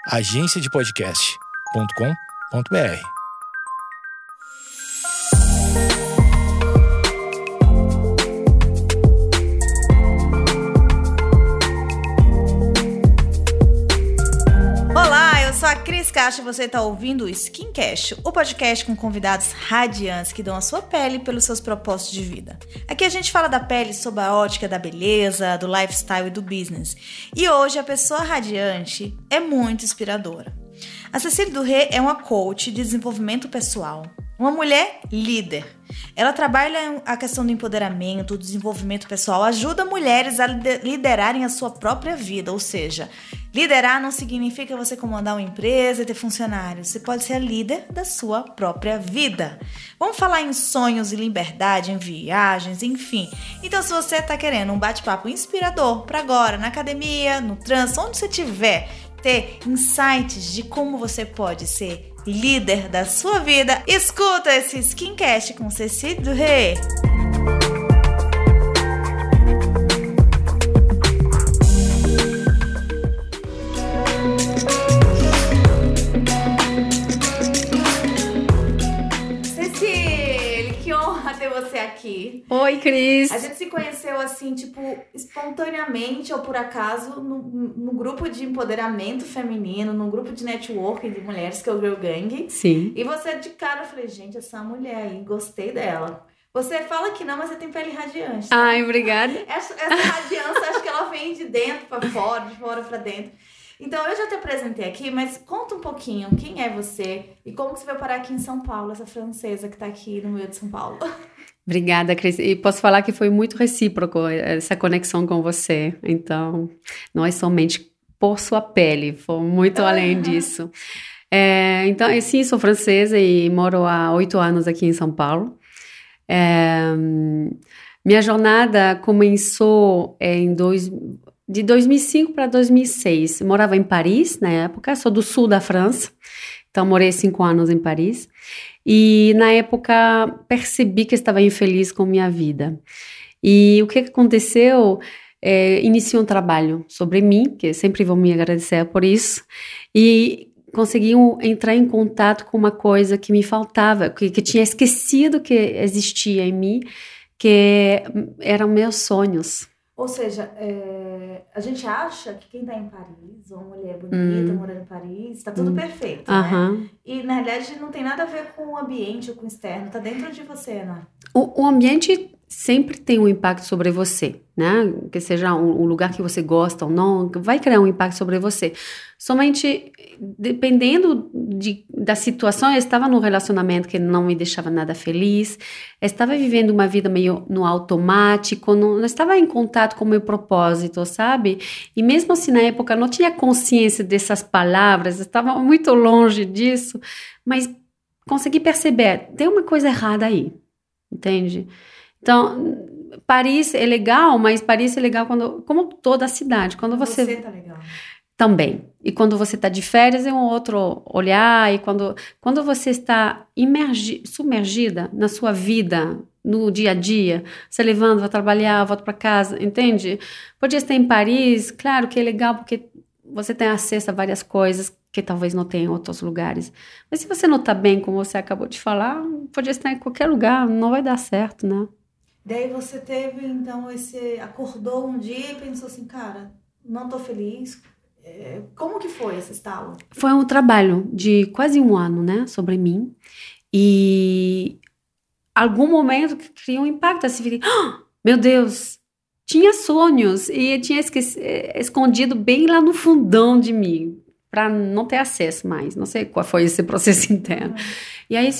agenciadepodcast.com.br. Olá, eu sou a Cris Castro e você está ouvindo o Skincast, o podcast com convidados radiantes que dão a sua pele pelos seus propósitos de vida. Aqui a gente fala da pele sob a ótica da beleza, do lifestyle e do business. E hoje a pessoa radiante é muito inspiradora. A Cecília Durré é uma coach de desenvolvimento pessoal, uma mulher líder. Ela trabalha a questão do empoderamento, do desenvolvimento pessoal, ajuda mulheres a liderarem a sua própria vida, ou seja, liderar não significa você comandar uma empresa e ter funcionários, você pode ser a líder da sua própria vida. Vamos falar em sonhos e liberdade, em viagens, enfim. Então se você está querendo um bate-papo inspirador para agora, na academia, no trânsito, onde você estiver, ter insights de como você pode ser líder da sua vida, escuta esse Skincast com Cecília Durré. Cecília, que honra ter você aqui. Oi, Cris. A gente se conheceu assim, tipo, espontaneamente ou por acaso no grupo de empoderamento feminino, no grupo de networking de mulheres que é o Girl Gang. Sim. E você de cara, eu falei, gente, essa mulher aí, gostei dela. Você fala que não, mas você tem pele radiante. Tá? Ai, obrigada. Essa radiância, acho que ela vem de dentro pra fora, de fora pra dentro. Então, eu já te apresentei aqui, mas conta um pouquinho quem é você e como você veio parar aqui em São Paulo, essa francesa que tá aqui no meio de São Paulo. Obrigada, Cris. E posso falar que foi muito recíproco essa conexão com você. Então, não é somente por sua pele, foi muito além disso. Então, sim, sou francesa e moro há 8 anos aqui em São Paulo. Minha jornada começou de 2005 para 2006. Eu morava em Paris na época, sou do sul da França, então morei 5 anos em Paris. E na época percebi que estava infeliz com minha vida. E o que aconteceu? Iniciei um trabalho sobre mim, que sempre vou me agradecer por isso, e consegui entrar em contato com uma coisa que me faltava, que tinha esquecido que existia em mim, que eram meus sonhos. Ou seja, a gente acha que quem está em Paris, ou uma mulher bonita morando em Paris, está tudo perfeito, né? E, na realidade, não tem nada a ver com o ambiente ou com o externo, está dentro de você, né? O ambiente sempre tem um impacto sobre você, né? Que seja um lugar que você gosta ou não, vai criar um impacto sobre você. Somente, dependendo da situação, eu estava num relacionamento que não me deixava nada feliz, eu estava vivendo uma vida meio no automático, não estava em contato com o meu propósito, sabe? E mesmo assim, na época, não tinha consciência dessas palavras, estava muito longe disso, mas consegui perceber, tem uma coisa errada aí, entende? Então, Paris é legal, mas Paris é legal como toda a cidade. Quando você tá legal. Também. E quando você está de férias é um outro olhar. E quando você está submergida na sua vida, no dia a dia, você levanta, vai trabalhar, volta para casa, entende? Podia estar em Paris, claro que é legal porque você tem acesso a várias coisas que talvez não tenha em outros lugares. Mas se você não está bem, como você acabou de falar, podia estar em qualquer lugar, não vai dar certo, né? Daí você teve, então, acordou um dia e pensou assim, cara, não tô feliz. Como que foi esse estalo? Foi um trabalho de quase 1 ano, né, sobre mim. E algum momento que criou um impacto, assim, meu Deus, tinha sonhos e tinha escondido bem lá no fundão de mim, para não ter acesso mais. Não sei qual foi esse processo interno. E aí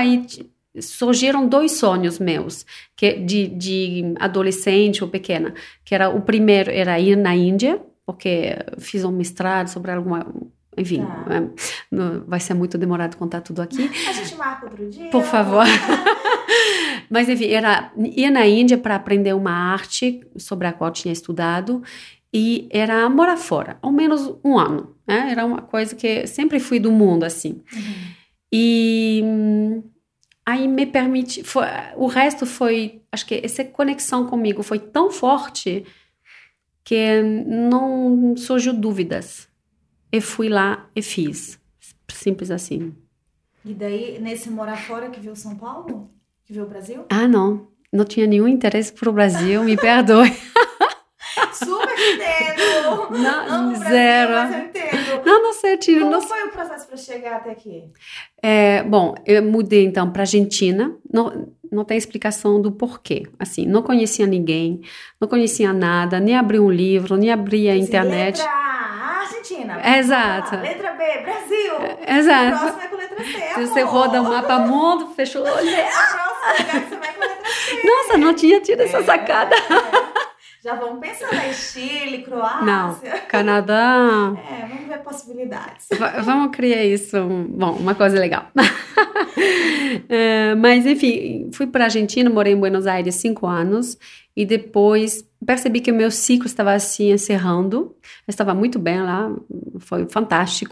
surgiram 2 sonhos meus, que de adolescente ou pequena, que era o primeiro era ir na Índia, porque fiz um mestrado sobre alguma, enfim, vai ser muito demorado contar tudo aqui. A gente marca outro dia. Por favor. Mas enfim, era ir na Índia para aprender uma arte sobre a qual tinha estudado e era morar fora, ao menos 1 ano, né? Era uma coisa que sempre fui do mundo, assim. E aí me permite, o resto foi, acho que essa conexão comigo foi tão forte que não surgiu dúvidas. e fui lá e fiz. Simples assim. E daí, nesse morar fora que viu São Paulo? Que viu o Brasil? Ah, não. Não tinha nenhum interesse pro Brasil, me perdoe. Super entendo! Não, Amo o Brasil, zero. mas eu entendo. Não sei, tio. Como Não foi o processo para chegar até aqui? Bom, eu mudei então para Argentina. Não tem explicação do porquê. Assim, não conhecia ninguém, não conhecia nada, nem abri um livro, nem abri a internet. Letra A, Argentina. Exato. Letra B, Brasil. Exato. O próximo é com letra C, amor. Você roda o mapa mundo, fechou o olho. O próximo lugar que você vai com letra C. Nossa, não tinha tido essa sacada. Já vamos pensando aí, Chile, Croácia. Não, Canadá. Vamos ver possibilidades. Vamos criar isso. Bom, uma coisa legal. Mas, enfim, fui para a Argentina, morei em Buenos Aires 5 anos e depois percebi que o meu ciclo estava assim encerrando. Eu estava muito bem lá, foi fantástico.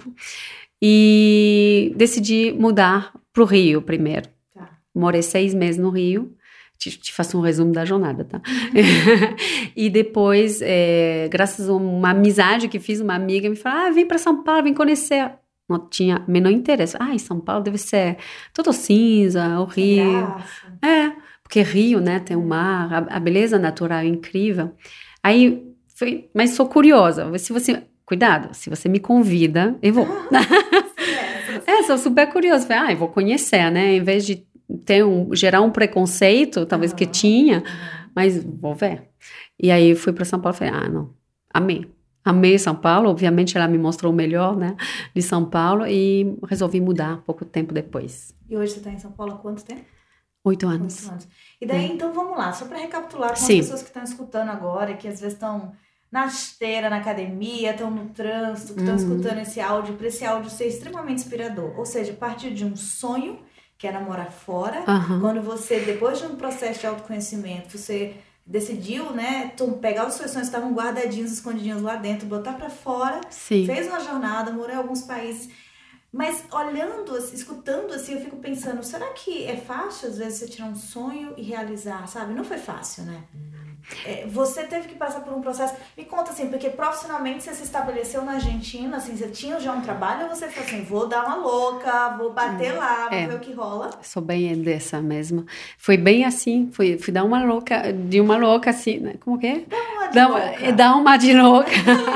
E decidi mudar para o Rio primeiro. Tá. Morei 6 meses no Rio. Te faço um resumo da jornada, tá? E depois, graças a uma amizade que fiz, uma amiga me falou, vem para São Paulo, vem conhecer. Não tinha menor interesse. Em São Paulo deve ser todo cinza, o Rio. Porque Rio, né, tem o mar, a beleza natural é incrível. Aí, mas sou curiosa. Cuidado, se você me convida, eu vou. Sou super curiosa. Falei, eu vou conhecer, né? Em vez de gerar um preconceito, talvez que tinha, mas vou ver. E aí fui para São Paulo e falei, não, amei São Paulo, obviamente ela me mostrou o melhor, né, de São Paulo e resolvi mudar pouco tempo depois. E hoje você está em São Paulo há quanto tempo? 8 anos. 8 anos. E daí, então vamos lá, só para recapitular com as pessoas que estão escutando agora, que às vezes estão na esteira, na academia, estão no trânsito, que estão escutando esse áudio, para esse áudio ser extremamente inspirador, ou seja, a partir de um sonho que era morar fora, quando você, depois de um processo de autoconhecimento, você decidiu, né, pegar os seus sonhos que estavam guardadinhos, escondidinhos lá dentro, botar pra fora, fez uma jornada, morou em alguns países, mas olhando, escutando assim, eu fico pensando, será que é fácil, às vezes, você tirar um sonho e realizar, sabe? Não foi fácil, né? Você teve que passar por um processo. Me conta assim, porque profissionalmente você se estabeleceu na Argentina, assim, você tinha já um trabalho ou você falou assim, vou dar uma louca, vou bater lá, vou ver o que rola? Sou bem dessa mesmo. Foi bem assim, fui dar uma louca, assim, né? Como que é? Dar uma de louca.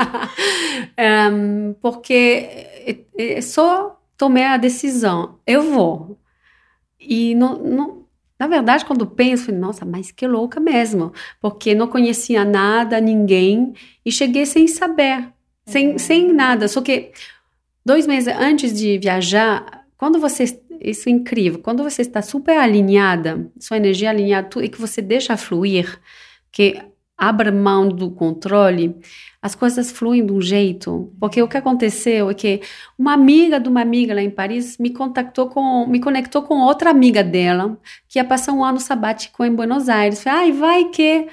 Porque só tomei a decisão, eu vou. E não na verdade, quando penso, falei, nossa, mas que louca mesmo, porque não conhecia nada, ninguém, e cheguei sem saber, sem nada, só que 2 meses antes de viajar, isso é incrível, quando você está super alinhada, sua energia alinhada, e que você deixa fluir, que abre mão do controle, as coisas fluem de um jeito, porque o que aconteceu é que uma amiga de uma amiga lá em Paris me conectou com outra amiga dela, que ia passar um ano sabático em Buenos Aires. Falei, vai que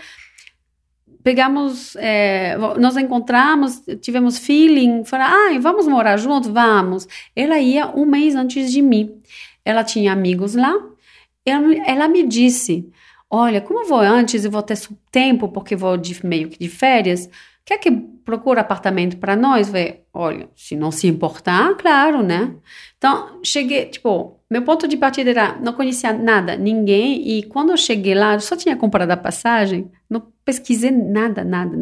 pegamos, nós encontramos, tivemos feeling, falei, vamos morar juntos? Vamos. Ela ia 1 mês antes de mim, ela tinha amigos lá, ela me disse, olha, como eu vou antes e vou ter tempo, porque vou meio que de férias, quer que procure apartamento para nós? Olha, se não se importar, claro, né? Então, cheguei, meu ponto de partida era, não conhecia nada, ninguém, e quando eu cheguei lá, eu só tinha comprado a passagem, não pesquisei nada.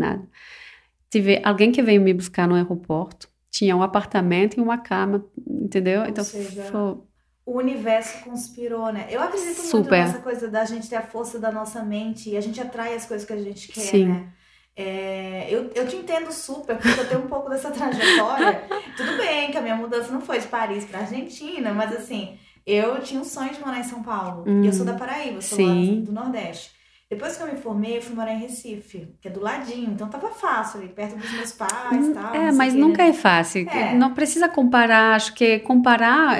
Tive alguém que veio me buscar no aeroporto, tinha um apartamento e uma cama, entendeu? Ou então, seja, o universo conspirou, né? Eu acredito muito super nessa coisa da gente ter a força da nossa mente e a gente atrai as coisas que a gente quer, sim, né? Eu te entendo super, porque eu tenho um pouco dessa trajetória. Tudo bem que a minha mudança não foi de Paris para Argentina, mas assim, eu tinha um sonho de morar em São Paulo. E eu sou da Paraíba, sou lá do Nordeste. Depois que eu me formei, eu fui morar em Recife, que é do ladinho, então tava fácil, ali perto dos meus pais e tal. Mas nunca é fácil. Não precisa comparar, acho que comparar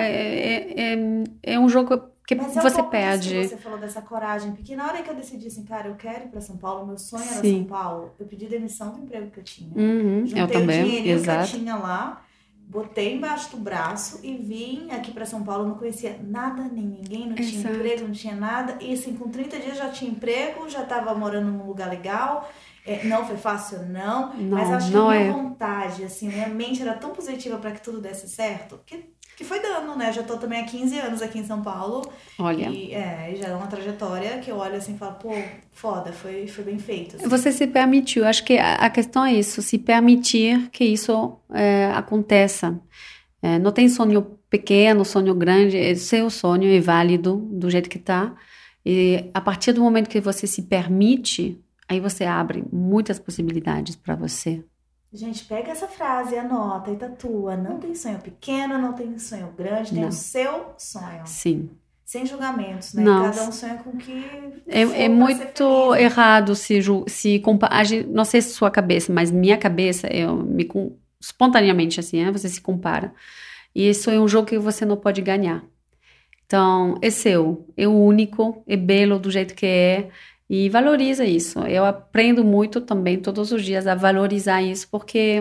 é um jogo que você perde. Que você falou dessa coragem, porque na hora que eu decidi assim, cara, eu quero ir pra São Paulo, meu sonho era São Paulo, eu pedi demissão do emprego que eu tinha. Juntei eu também, o dinheirinho exato. que eu tinha lá, botei embaixo do braço e vim aqui pra São Paulo, não conhecia nada, nem ninguém, não tinha emprego, não tinha nada, e assim, com 30 dias já tinha emprego, já tava morando num lugar legal, Não foi fácil, não. Mas acho que a minha vontade, assim, minha mente era tão positiva para que tudo desse certo, que foi dando, né? Já tô também há 15 anos aqui em São Paulo. Olha. E já é uma trajetória que eu olho assim e falo, pô, foda, foi bem feito. Assim. Você se permitiu. Acho que a questão é isso, se permitir que isso aconteça. Não tem sonho pequeno, sonho grande. Seu sonho é válido do jeito que tá. E a partir do momento que você se permite, aí você abre muitas possibilidades para você. Gente, pega essa frase, anota e tatua. Não tem sonho pequeno, não tem sonho grande, tem o seu sonho. Sim. Sem julgamentos, né? Não. Cada um sonha com o que É muito errado se comparar. Não sei se sua cabeça, mas minha cabeça, espontaneamente assim, você se compara. E isso é um jogo que você não pode ganhar. Então, é seu, é único, é belo do jeito que é. E valoriza isso. Eu aprendo muito também, todos os dias, a valorizar isso, porque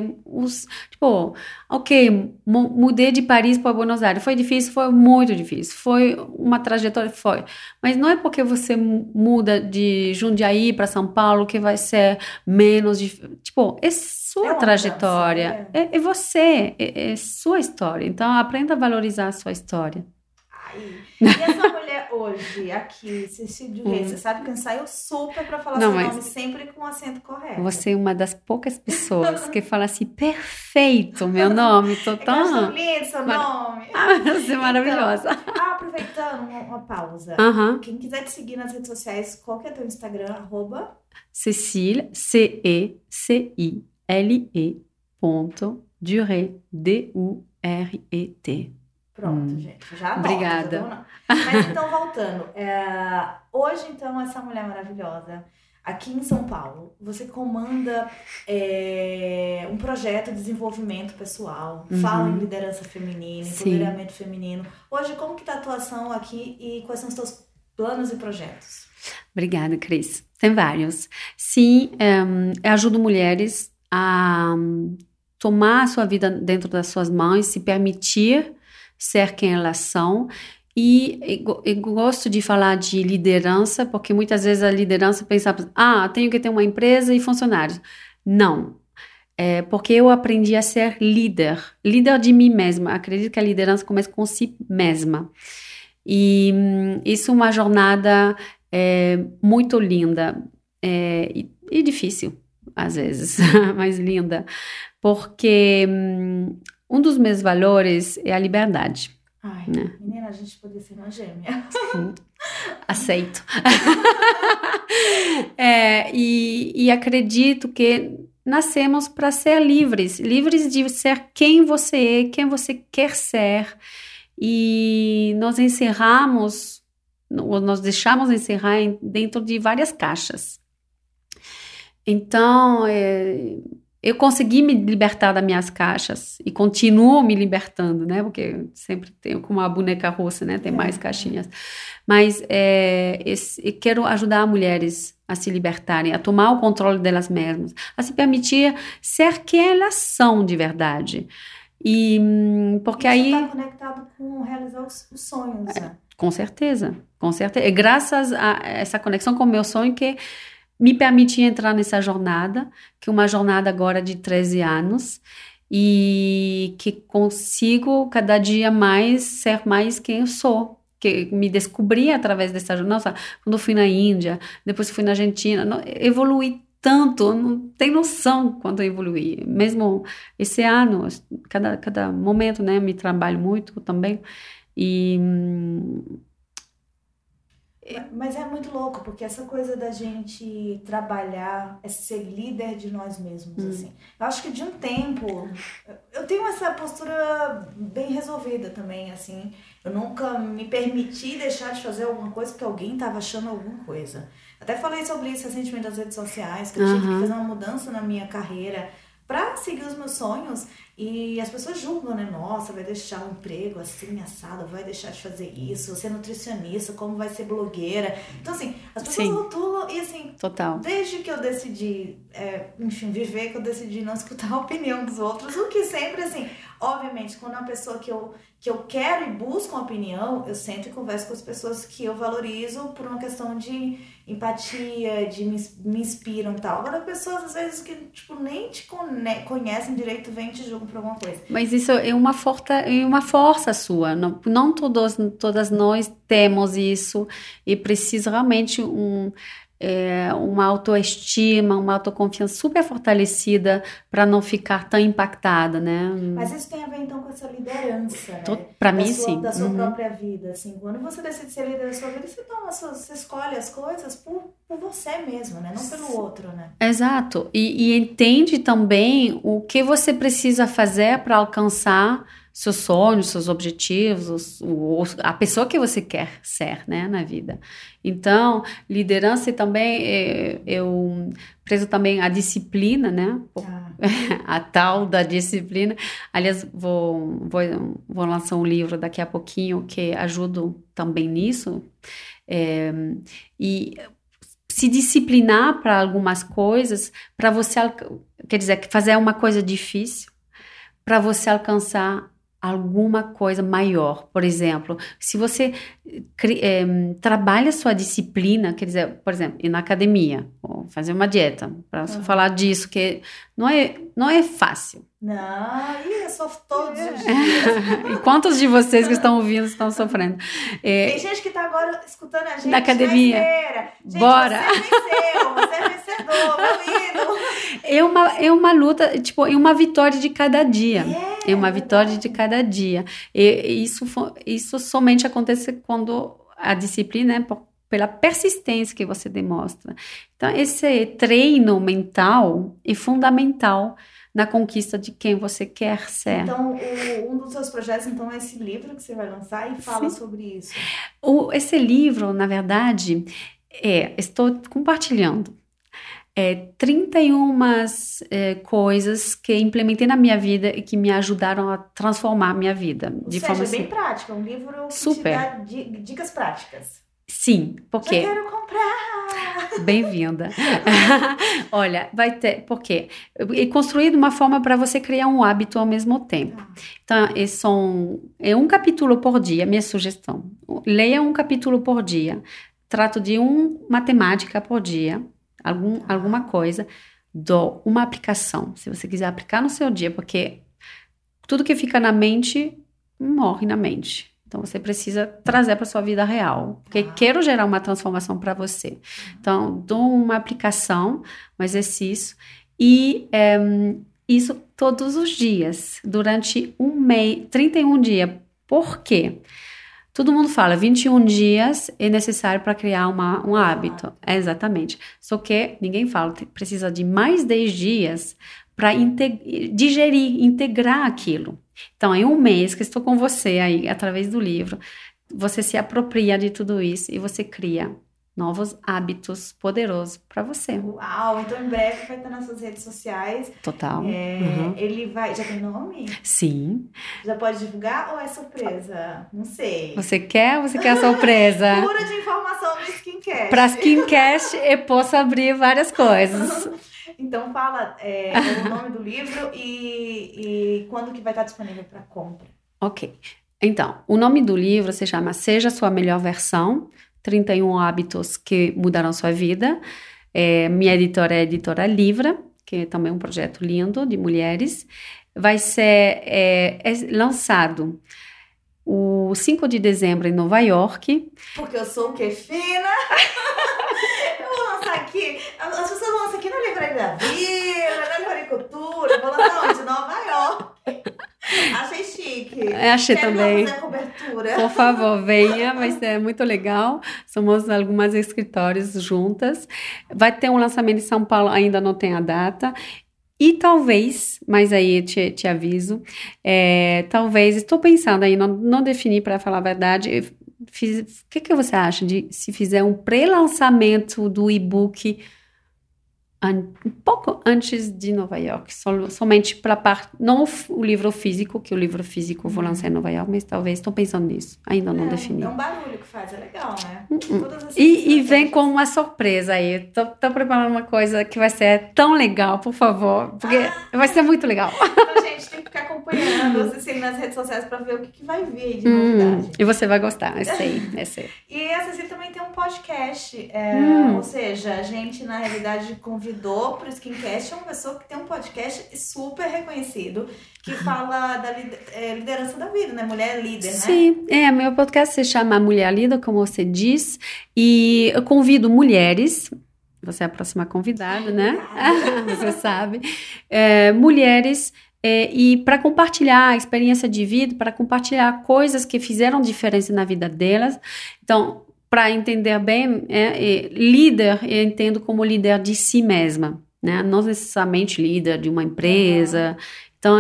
mudei de Paris para Buenos Aires. Foi difícil? Foi muito difícil. Foi uma trajetória? Foi. Mas não é porque você muda de Jundiaí para São Paulo que vai ser menos difícil. É sua trajetória. É você, é sua história. Então, aprenda a valorizar a sua história. E essa mulher hoje, aqui, Cecília Reis, você sabe que ensaiou super pra falar seu nome sempre com o acento correto. Você é uma das poucas pessoas que fala assim, perfeito, meu nome. Eu acho lindo seu nome. Você é maravilhosa. Então, aproveitando uma pausa. Quem quiser te seguir nas redes sociais, qual que é teu Instagram? Cecile, CECILE.Duret, DURET. Pronto, gente. Já anota. Obrigada. Mas então, voltando. Hoje, então, essa mulher maravilhosa, aqui em São Paulo, você comanda um projeto de desenvolvimento pessoal, fala em liderança feminina, empoderamento feminino. Hoje, como que tá a atuação aqui e quais são os teus planos e projetos? Obrigada, Cris. Tem vários. Sim, eu ajudo mulheres a tomar a sua vida dentro das suas mãos, se permitir ser quem elas são. E eu gosto de falar de liderança, porque muitas vezes a liderança pensa, tenho que ter uma empresa e funcionários. Não. Porque eu aprendi a ser líder de mim mesma. Acredito que a liderança começa com si mesma. E isso é uma jornada muito linda e difícil, às vezes, mas linda. Porque um dos meus valores é a liberdade. Ai, né? Menina, a gente poderia ser uma gêmea. Aceito. E acredito que nascemos para ser livres de ser quem você é, quem você quer ser. E nós deixamos encerrar dentro de várias caixas. Então, eu consegui me libertar das minhas caixas e continuo me libertando, né? Porque sempre tenho como uma boneca russa, né? Tem mais caixinhas. Mas eu quero ajudar mulheres a se libertarem, a tomar o controle delas mesmas, a se permitir ser quem elas são de verdade. E porque aí está conectado com realizar os sonhos, né? Com certeza, com certeza. É graças a essa conexão com o meu sonho que me permiti entrar nessa jornada, que é uma jornada agora de 13 anos, e que consigo cada dia mais ser mais quem eu sou, que me descobri através dessa jornada. Quando eu fui na Índia, depois fui na Argentina, evoluí tanto, não tem noção quanto eu evoluí. Mesmo esse ano, cada momento, né, me trabalho muito também, Mas é muito louco, porque essa coisa da gente trabalhar é ser líder de nós mesmos, assim. Eu acho que de um tempo, eu tenho essa postura bem resolvida também, assim. Eu nunca me permiti deixar de fazer alguma coisa porque alguém estava achando alguma coisa. Até falei sobre isso recentemente nas redes sociais, que eu tive que fazer uma mudança na minha carreira para seguir os meus sonhos. E as pessoas julgam, né? Nossa, vai deixar um emprego assim, assado, vai deixar de fazer isso, você é nutricionista, como vai ser blogueira. Então, assim, as pessoas rotulam e, assim, total. Desde que eu decidi, enfim, viver, que eu decidi não escutar a opinião dos outros, o que sempre, assim, obviamente, quando é uma pessoa que eu quero e busco uma opinião, eu sempre converso com as pessoas que eu valorizo por uma questão de empatia, de me inspiram e tal. Agora, pessoas, às vezes, que, tipo, nem te conhecem direito, vêm e te julgam por alguma coisa. Mas isso é uma força sua. Não todas nós temos isso e precisa realmente uma autoestima, uma autoconfiança super fortalecida para não ficar tão impactada, né? Mas isso tem a ver, então, com essa liderança, né? Para mim, sim. Da sua própria vida, assim. Quando você decide ser líder da sua vida, você escolhe as coisas por você mesmo, né? Não pelo outro, né? Exato. E entende também o que você precisa fazer para alcançar seus sonhos, seus objetivos, a pessoa que você quer ser, né, na vida. Então, liderança e também, eu prezo também a disciplina, né, a tal da disciplina. Aliás, vou lançar um livro daqui a pouquinho que ajuda também nisso. E se disciplinar para algumas coisas, para você, quer dizer, fazer uma coisa difícil, para você alcançar alguma coisa maior. Por exemplo, se você trabalha sua disciplina, quer dizer, por exemplo, ir na academia, ou fazer uma dieta, para falar disso, que não é fácil. Não, eu sofro todos os dias. E quantos de vocês que estão ouvindo estão sofrendo? Tem gente que está agora escutando a gente na academia. Gente, bora! Você é vencedor, meu ídolo. É uma luta, tipo, é uma vitória de cada dia. É uma vitória de cada dia. E isso somente acontece quando a disciplina é pela persistência que você demonstra. Então, esse treino mental é fundamental na conquista de quem você quer ser. Então, um dos seus projetos, então, é esse livro que você vai lançar e fala sobre isso. Esse livro, na verdade, estou compartilhando 31 coisas que implementei na minha vida e que me ajudaram a transformar a minha vida. Ou seja, bem prática, um livro que te dá dicas práticas. Sim, porque... Eu quero comprar! Bem-vinda. Olha, vai ter... Porque é construído de uma forma para você criar um hábito ao mesmo tempo. Então, é um capítulo por dia, minha sugestão. Leia um capítulo por dia. Trato de matemática por dia. Alguma coisa. Dou uma aplicação. Se você quiser aplicar no seu dia, porque tudo que fica na mente, morre na mente. Então, você precisa trazer para sua vida real. Porque quero gerar uma transformação para você. Então, dou uma aplicação, um exercício. E isso todos os dias. Durante um mês, 31 dias. Por quê? Todo mundo fala, 21 dias é necessário para criar um hábito. Exatamente. Só que ninguém fala, precisa de mais 10 dias para digerir, integrar aquilo. Então, em um mês que estou com você aí, através do livro, você se apropria de tudo isso e você cria novos hábitos poderosos para você. Uau! Então, em breve vai estar nas suas redes sociais. Total. Ele vai... Já tem nome? Sim. Já pode divulgar ou é surpresa? Não sei. Você quer a surpresa? Pura de informação no Skincast. Para Skincast, eu posso abrir várias coisas. Então, fala o nome do livro e quando que vai estar disponível para compra. Ok. Então, o nome do livro se chama Seja Sua Melhor Versão, 31 hábitos que mudaram sua vida. Minha editora é a Editora Livra, que é também um projeto lindo de mulheres. Vai ser lançado o 5 de dezembro em Nova York. Porque eu sou o quê? Fina? Eu vou lançar aqui. As pessoas vão lançar aqui na Livraria da Vila, na Floricultura. Vou lançar onde? Nova York. Achei chique. Achei também. Fazer a cobertura. Por favor, venha, vai ser muito legal. Somos algumas escritórias juntas. Vai ter um lançamento em São Paulo, ainda não tem a data. E talvez, mas aí te aviso, talvez, estou pensando aí, não defini para falar a verdade. O que você acha de se fizer um pré-lançamento do e-book um pouco antes de Nova York, somente para a parte, não o livro físico, que o livro físico eu vou lançar em Nova York, mas talvez, estou pensando nisso, ainda não defini. É um barulho que faz, é legal, né? E vem com uma surpresa aí, tô preparando uma coisa que vai ser tão legal, por favor, porque vai ser muito legal. Então, gente, tem que ficar acompanhando, você seguir nas redes sociais para ver o que vai vir aí de novidade. E você vai gostar, eu sei. E a Cecília também tem um podcast, ou seja, a gente, na realidade, convidou para o Skincast uma pessoa que tem um podcast super reconhecido, que fala da liderança da vida, né? Mulher líder, né? Sim, meu podcast se chama Mulher Líder, como você diz, e eu convido mulheres, você é a próxima convidada, né? Você sabe. Mulheres, e para compartilhar a experiência de vida, para compartilhar coisas que fizeram diferença na vida delas. Então, para entender bem, líder, eu entendo como líder de si mesma, né? Não necessariamente líder de uma empresa. Então,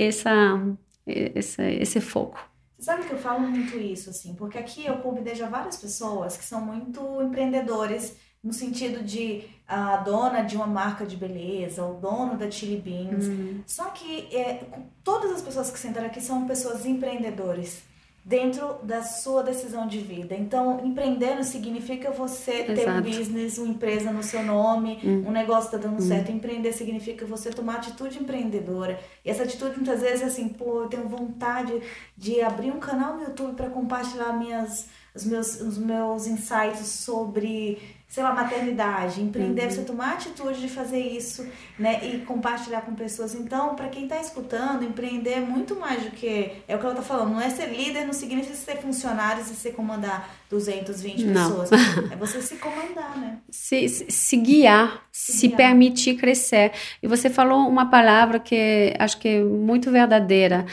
esse foco. Você sabe que eu falo muito isso, assim, porque aqui eu convidei já várias pessoas que são muito empreendedores, no sentido de a dona de uma marca de beleza, o dono da Chili Beans. Só que todas as pessoas que sentaram aqui são pessoas empreendedores dentro da sua decisão de vida. Então, empreender não significa você ter um business, uma empresa no seu nome, um negócio tá dando certo. Empreender significa você tomar atitude empreendedora. E essa atitude, muitas vezes, é assim, eu tenho vontade de abrir um canal no YouTube para compartilhar os meus insights sobre, sei lá, maternidade. Empreender, você tomar a atitude de fazer isso, né? E compartilhar com pessoas. Então, para quem está escutando, empreender é muito mais do que... É o que ela está falando. Não é ser líder, não significa ser funcionário e você comandar 220 pessoas. É você se comandar, né? Se guiar, se permitir crescer. E você falou uma palavra que acho que é muito verdadeira.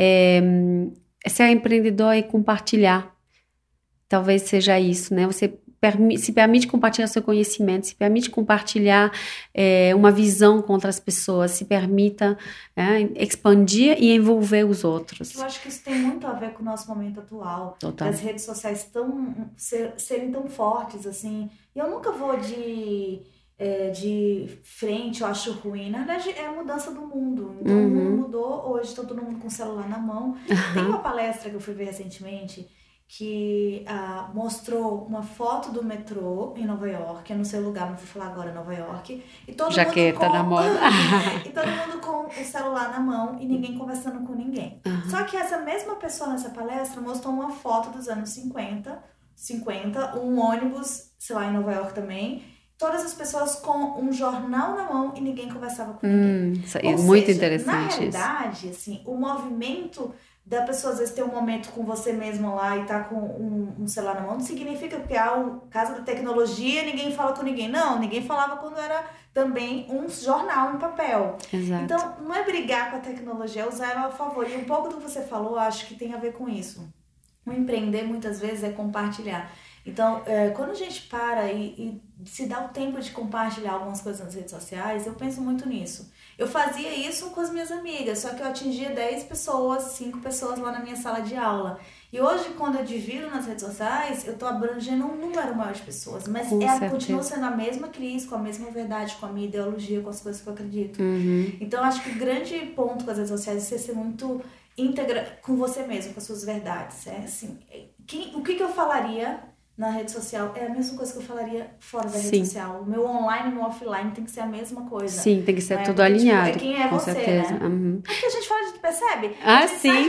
Ser empreendedor e compartilhar. Talvez seja isso, né? Você se permite compartilhar seu conhecimento, se permite compartilhar uma visão com outras pessoas, se permita expandir e envolver os outros. Eu acho que isso tem muito a ver com o nosso momento atual. Total. As redes sociais serem tão fortes, assim. E eu nunca vou de frente, eu acho ruim. Na verdade, é a mudança do mundo. Então, o mundo mudou. Hoje, todo mundo com o celular na mão. Tem uma palestra que eu fui ver recentemente que mostrou uma foto do metrô em Nova York. Eu não sei o lugar, não vou falar agora, Nova York. E todo Jaqueta na moda. E todo mundo com o celular na mão e ninguém conversando com ninguém. Só que essa mesma pessoa nessa palestra mostrou uma foto dos anos 50, um ônibus, sei lá, em Nova York também. Todas as pessoas com um jornal na mão e ninguém conversava com ninguém. Isso é muito interessante. Na realidade, assim, o movimento da pessoa às vezes ter um momento com você mesmo lá e tá com um celular na mão, não significa que o caso da tecnologia ninguém fala com ninguém. Não, ninguém falava quando era também um jornal em papel. Exato. Então, não é brigar com a tecnologia, é usar ela a favor. E um pouco do que você falou, acho que tem a ver com isso. O empreender, muitas vezes, é compartilhar. Então, quando a gente para e se dá o tempo de compartilhar algumas coisas nas redes sociais, eu penso muito nisso. Eu fazia isso com as minhas amigas, só que eu atingia 10 pessoas, 5 pessoas lá na minha sala de aula. E hoje, quando eu divido nas redes sociais, eu tô abrangendo um número maior de pessoas. Mas continua sendo a mesma crise, com a mesma verdade, com a minha ideologia, com as coisas que eu acredito. Então, eu acho que o grande ponto com as redes sociais é você ser muito íntegra com você mesmo, com as suas verdades. Assim, o que eu falaria na rede social é a mesma coisa que eu falaria fora da rede social. O meu online e o meu offline tem que ser a mesma coisa. Sim, tem que ser tudo alinhado. Tipo, quem é com você, certeza. Né? Porque a gente fala, percebe? A gente sim. sai de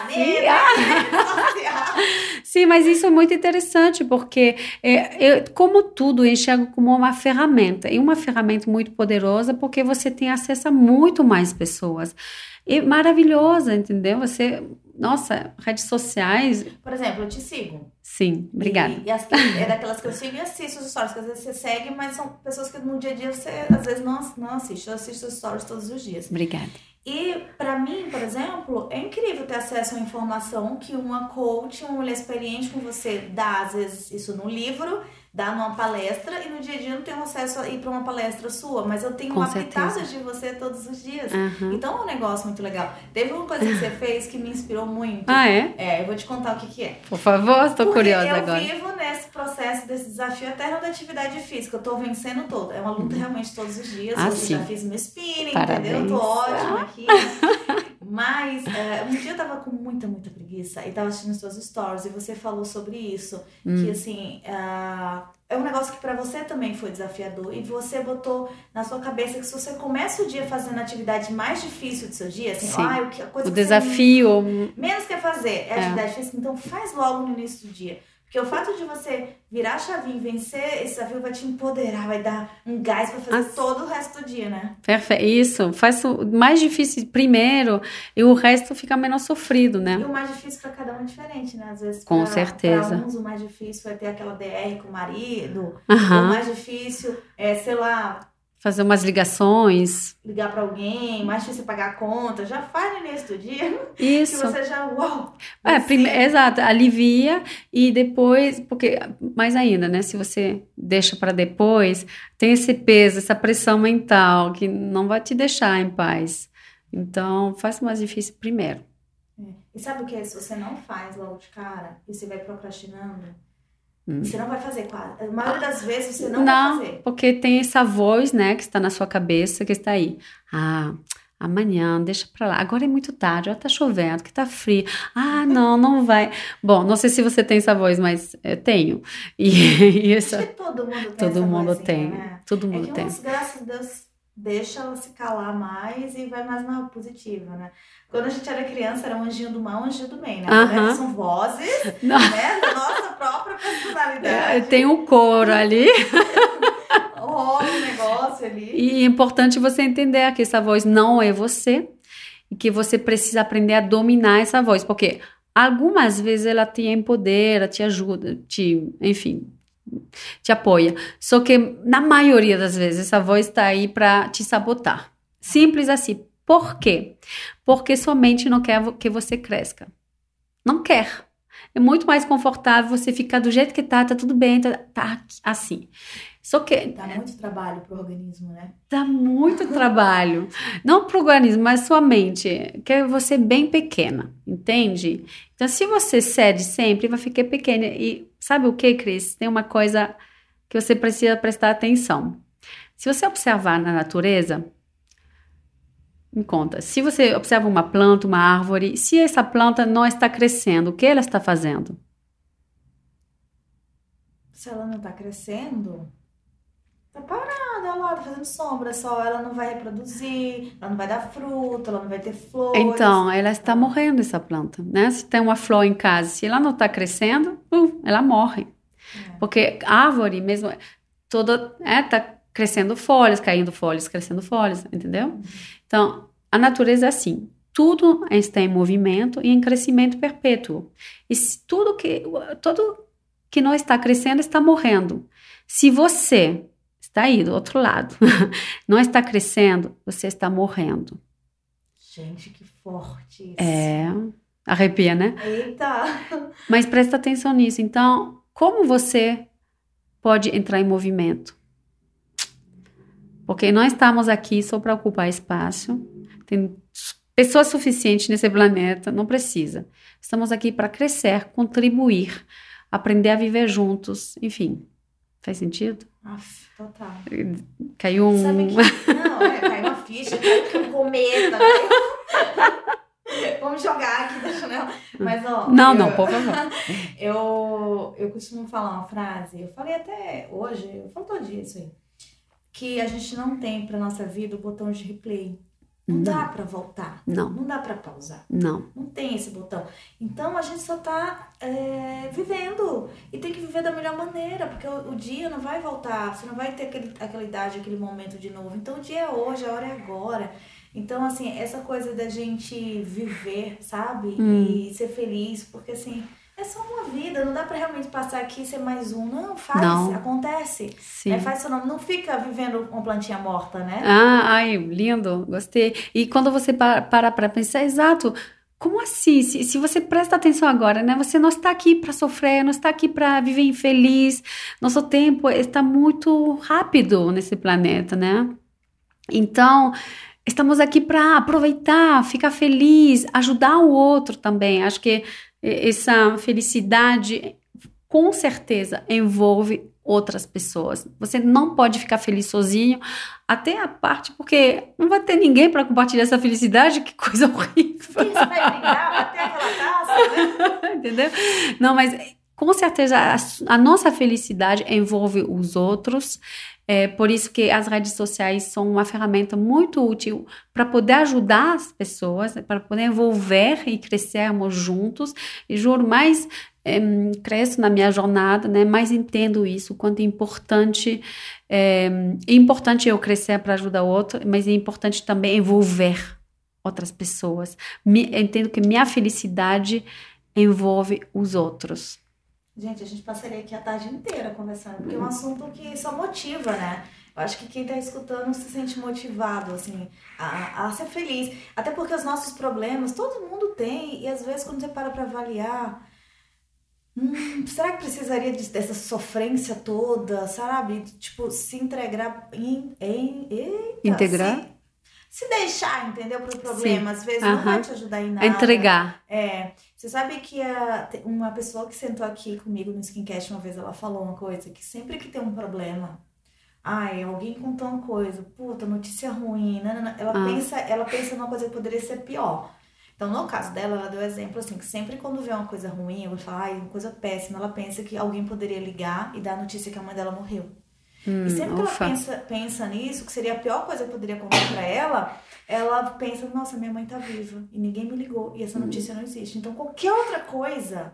empoderamento, Sim, mas isso é muito interessante, porque como tudo, eu enxergo como uma ferramenta. E uma ferramenta muito poderosa, porque você tem acesso a muito mais pessoas. E maravilhosa, entendeu? Nossa, redes sociais... Por exemplo, eu te sigo. Sim, obrigada. E é daquelas que eu sigo e assisto os stories, que às vezes você segue, mas são pessoas que no dia a dia você às vezes não assiste. Eu assisto os stories todos os dias. Obrigada. E pra mim, por exemplo, é incrível ter acesso a uma informação que uma coach, uma mulher experiente com você dá, às vezes isso no livro, dar numa palestra e no dia a dia eu não tenho acesso a ir para uma palestra sua, mas eu tenho Com uma certeza. pitada de você todos os dias. Uhum. Então é um negócio muito legal. Teve uma coisa que você fez que me inspirou muito. Ah, é? É, eu vou te contar o que é. Por favor, estou Porque curiosa agora. eu vivo nesse processo, desse desafio eterno da atividade física. Eu tô vencendo todo. É uma luta realmente todos os dias. Ah, eu sim. já fiz meu spinning, Parabéns. entendeu? Eu tô ótima aqui. Mas um dia eu tava com muita preguiça e tava assistindo os seus stories e você falou sobre isso. Que assim, é um negócio que pra você também foi desafiador e você botou na sua cabeça que se você começa o dia fazendo a atividade mais difícil do seu dia, assim, Sim. a coisa O que desafio. você menos quer fazer é atividade física, então faz logo no início do dia. Porque o fato de você virar a chavinha e vencer esse desafio vai te empoderar, vai dar um gás pra fazer todo o resto do dia, né? Perfeito. Isso. Faz o mais difícil primeiro e o resto fica menos sofrido, né? E o mais difícil pra cada um é diferente, né? Às vezes, Com pra certeza. uns, o mais difícil é ter aquela DR com o marido. Aham. O mais difícil é, sei lá, Fazer umas ligações. ligar pra alguém. O mais difícil é pagar a conta. Já faz no início do dia. Isso. Que você já, uau! Exato, alivia e depois, porque mais ainda, né? Se você deixa para depois, tem esse peso, essa pressão mental que não vai te deixar em paz. Então, faça o mais difícil primeiro. E sabe o que é? Se você não faz logo de cara e você vai procrastinando, você não vai fazer quase. A maioria das vezes você não vai fazer. Porque tem essa voz, né, que está na sua cabeça, que está aí. Ah, amanhã, deixa pra lá. Agora é muito tarde, já tá chovendo, que tá frio. Ah, não vai. Bom, não sei se você tem essa voz, mas eu tenho. E essa... Acho que todo mundo tem Todo essa mundo vozinha, tem. né? Todo mundo é que tem. umas, graças a Deus, deixa ela se calar mais e vai mais na positiva, né? Quando a gente era criança, era um anjinho do mal, um anjinho do bem, né? Né? São vozes, né? Da nossa própria personalidade. Tem um coro ali. Rola um negócio ali. E é importante você entender que essa voz não é você e que você precisa aprender a dominar essa voz, porque algumas vezes ela te empodera, te ajuda, enfim, te apoia. Só que na maioria das vezes essa voz está aí para te sabotar. Simples assim. Por quê? Porque sua mente não quer que você cresça. Não quer. É muito mais confortável você ficar do jeito que tá tudo bem, tá assim. Só que... Dá muito trabalho pro organismo, né? Dá muito trabalho. Não pro organismo, mas sua mente. Quer você bem pequena, entende? Então, se você cede sempre, vai ficar pequena. E sabe o que, Cris? Tem uma coisa que você precisa prestar atenção. Se você observar na natureza... Me conta, se você observa uma planta, uma árvore, se essa planta não está crescendo, o que ela está fazendo? Se ela não tá crescendo, tá parada lá, tá fazendo sombra só. Ela não vai reproduzir, ela não vai dar fruta, ela não vai ter flores. Então, ela está morrendo, essa planta, né? Se tem uma flor em casa, se ela não está crescendo, ela morre. Porque a árvore mesmo, toda, tá crescendo folhas, caindo folhas, crescendo folhas, entendeu? Então, a natureza é assim. Tudo está em movimento e em crescimento perpétuo. E tudo que não está crescendo está morrendo. Se você está aí do outro lado, não está crescendo, você está morrendo. Gente, que forte isso. Arrepia, né? Eita! Mas presta atenção nisso. Então, como você pode entrar em movimento? Porque nós estamos aqui só para ocupar espaço. Tem pessoas suficientes nesse planeta, não precisa. Estamos aqui para crescer, contribuir, aprender a viver juntos, enfim. Faz sentido? Total. Caiu um... Sabe que... Não, caiu uma ficha, caiu um cometa. Vamos jogar aqui da janela. Mas, ó... Não, por favor. Eu costumo falar uma frase, eu falei até hoje, eu falo todo dia isso aí, que a gente não tem pra nossa vida o botão de replay. Não dá pra voltar. Não dá pra pausar. Não tem esse botão. Então, a gente só tá vivendo. E tem que viver da melhor maneira, porque o dia não vai voltar. Você não vai ter aquela idade, aquele momento de novo. Então, o dia é hoje, a hora é agora. Então, assim, essa coisa da gente viver, sabe? E ser feliz, porque, assim... É só uma vida, não dá pra realmente passar aqui e ser mais um. Não, acontece. Sim. Faz seu nome, não fica vivendo uma plantinha morta, né? Ai, lindo, gostei. E quando você para pra pensar, exato, como assim? Se você presta atenção agora, né? Você não está aqui para sofrer, não está aqui para viver infeliz. Nosso tempo está muito rápido nesse planeta, né? Então, estamos aqui para aproveitar, ficar feliz, ajudar o outro também. Acho que essa felicidade, com certeza, envolve outras pessoas. Você não pode ficar feliz sozinho, até a parte, porque não vai ter ninguém para compartilhar essa felicidade, que coisa horrível. Você vai brindar, bater aquela taça, né? Entendeu? Não, mas com certeza a nossa felicidade envolve os outros. É por isso que as redes sociais são uma ferramenta muito útil para poder ajudar as pessoas, para poder envolver e crescermos juntos. E juro, mais cresço na minha jornada, né? Mais entendo isso, quanto é importante eu crescer para ajudar o outro, mas é importante também envolver outras pessoas. Entendo que minha felicidade envolve os outros. Gente, a gente passaria aqui a tarde inteira conversando, porque é um assunto que só motiva, né? Eu acho que quem tá escutando se sente motivado, assim, a ser feliz. Até porque os nossos problemas, todo mundo tem, e às vezes quando você para pra avaliar, será que precisaria dessa sofrência toda, sabe? Tipo, se entregar Integrar? Se deixar, entendeu? Pro problema, às vezes Aham. não vai te ajudar em nada. Entregar. Você sabe que uma pessoa que sentou aqui comigo no Skincast uma vez, ela falou uma coisa, que sempre que tem um problema, alguém contou uma coisa, puta, notícia ruim, não. Ela pensa numa coisa que poderia ser pior. Então, no caso dela, ela deu exemplo assim, que sempre quando vê uma coisa ruim, eu vou falar, uma coisa péssima, ela pensa que alguém poderia ligar e dar a notícia que a mãe dela morreu. E sempre que ela pensa nisso, que seria a pior coisa que poderia acontecer pra ela pensa, nossa, minha mãe tá viva e ninguém me ligou e essa notícia não existe. Então, qualquer outra coisa...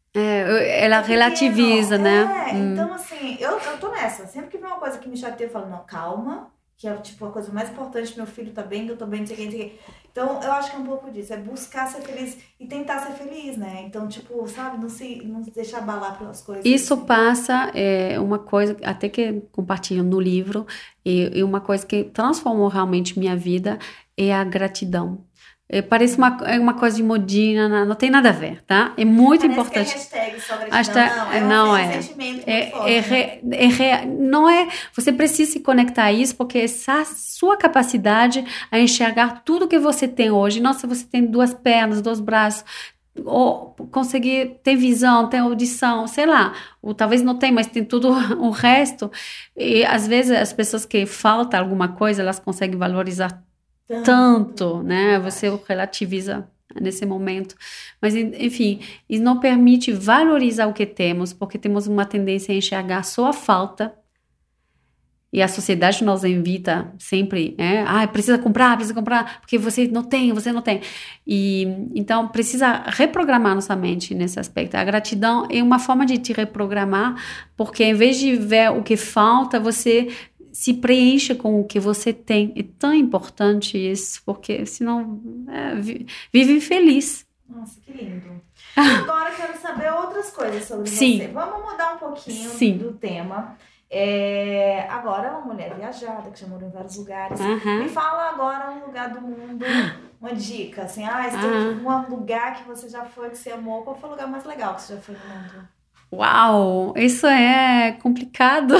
ela relativiza, né? Então, assim, eu tô nessa. Sempre que vem uma coisa que me chateia, eu falo, não, calma, que é tipo a coisa mais importante, meu filho tá bem, que eu tô bem, não sei o que. Então, eu acho que é um pouco disso, é buscar ser feliz e tentar ser feliz, né? Então, tipo, sabe, não se deixar abalar pelas coisas. Isso assim. passa, uma coisa, até que compartilho no livro, e uma coisa que transformou realmente minha vida é a gratidão. Parece uma coisa de modinha, não tem nada a ver, tá? É muito importante. Que é hashtag só gratidão, não é um sentimento muito forte, né? Não é. Você precisa se conectar a isso, porque essa sua capacidade a enxergar tudo que você tem hoje. Nossa, você tem 2 pernas, 2 braços, ou conseguir ter visão, ter audição, sei lá, ou talvez não tem, mas tem tudo o resto. E às vezes as pessoas que falta alguma coisa, elas conseguem valorizar tanto, né? Você relativiza nesse momento. Mas, enfim, isso não permite valorizar o que temos, porque temos uma tendência a enxergar só a falta. E a sociedade nos invita sempre, precisa comprar, porque você não tem. E, então, precisa reprogramar nossa mente nesse aspecto. A gratidão é uma forma de te reprogramar, porque em vez de ver o que falta, você se preencha com o que você tem. É tão importante isso, porque senão vive infeliz. Nossa, que lindo. Agora eu quero saber outras coisas sobre você. Vamos mudar um pouquinho do tema. Agora é uma mulher viajada, que já morou em vários lugares. Me fala agora um lugar do mundo, uma dica, assim, se tem um lugar que você já foi, que você amou, qual foi o lugar mais legal que você já foi no mundo? Uau, isso é complicado.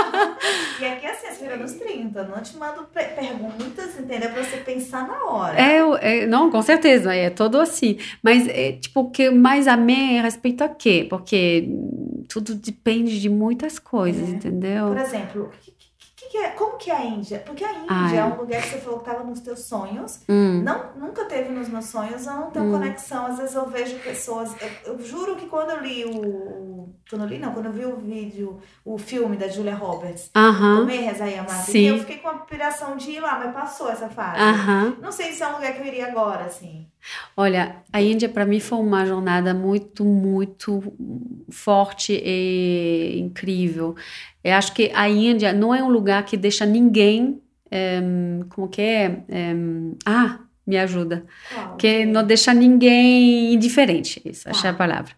E aqui assim, as filhas dos 30, não te mando perguntas, entendeu? Pra você pensar na hora. Não, com certeza, é todo assim. Mas, o que mais amei é respeito a quê? Porque tudo depende de muitas coisas, entendeu? Por exemplo, como que é a Índia? Porque a Índia é um lugar que você falou que estava nos teus sonhos. Nunca teve nos meus sonhos, eu não tenho conexão. Às vezes eu vejo pessoas... Eu juro que quando eu vi o filme da Julia Roberts, Comer, Rezar e Amar, eu fiquei com a inspiração de ir lá, mas passou essa fase. Não sei se é um lugar que eu iria agora, assim. Olha, a Índia para mim foi uma jornada muito, muito forte e incrível. Eu acho que a Índia não é um lugar que deixa ninguém, me ajuda. Que não deixa ninguém indiferente, isso, essa é a palavra.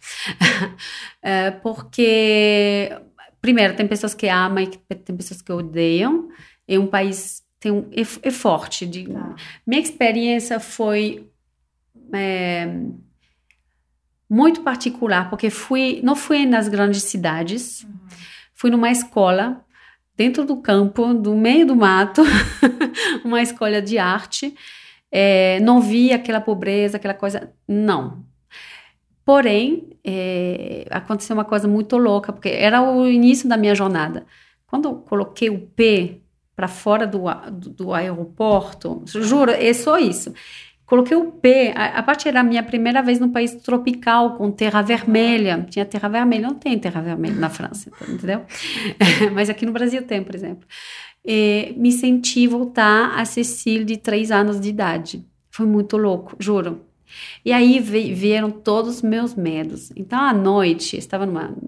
Porque, primeiro, tem pessoas que amam e tem pessoas que odeiam. É um país, é forte. Minha experiência foi muito particular, porque não fui nas grandes cidades, fui numa escola, dentro do campo, no meio do mato, uma escola de arte, não vi aquela pobreza, aquela coisa, não. Porém, aconteceu uma coisa muito louca, porque era o início da minha jornada. Quando eu coloquei o pé para fora do aeroporto, juro, é só isso. Coloquei o pé, a parte era a minha primeira vez num país tropical, com terra vermelha. Tinha terra vermelha, não tem terra vermelha na França, entendeu? Mas aqui no Brasil tem, por exemplo. Me senti voltar a Cecília de 3 anos de idade. Foi muito louco, juro. E aí vieram todos os meus medos. Então, à noite, estava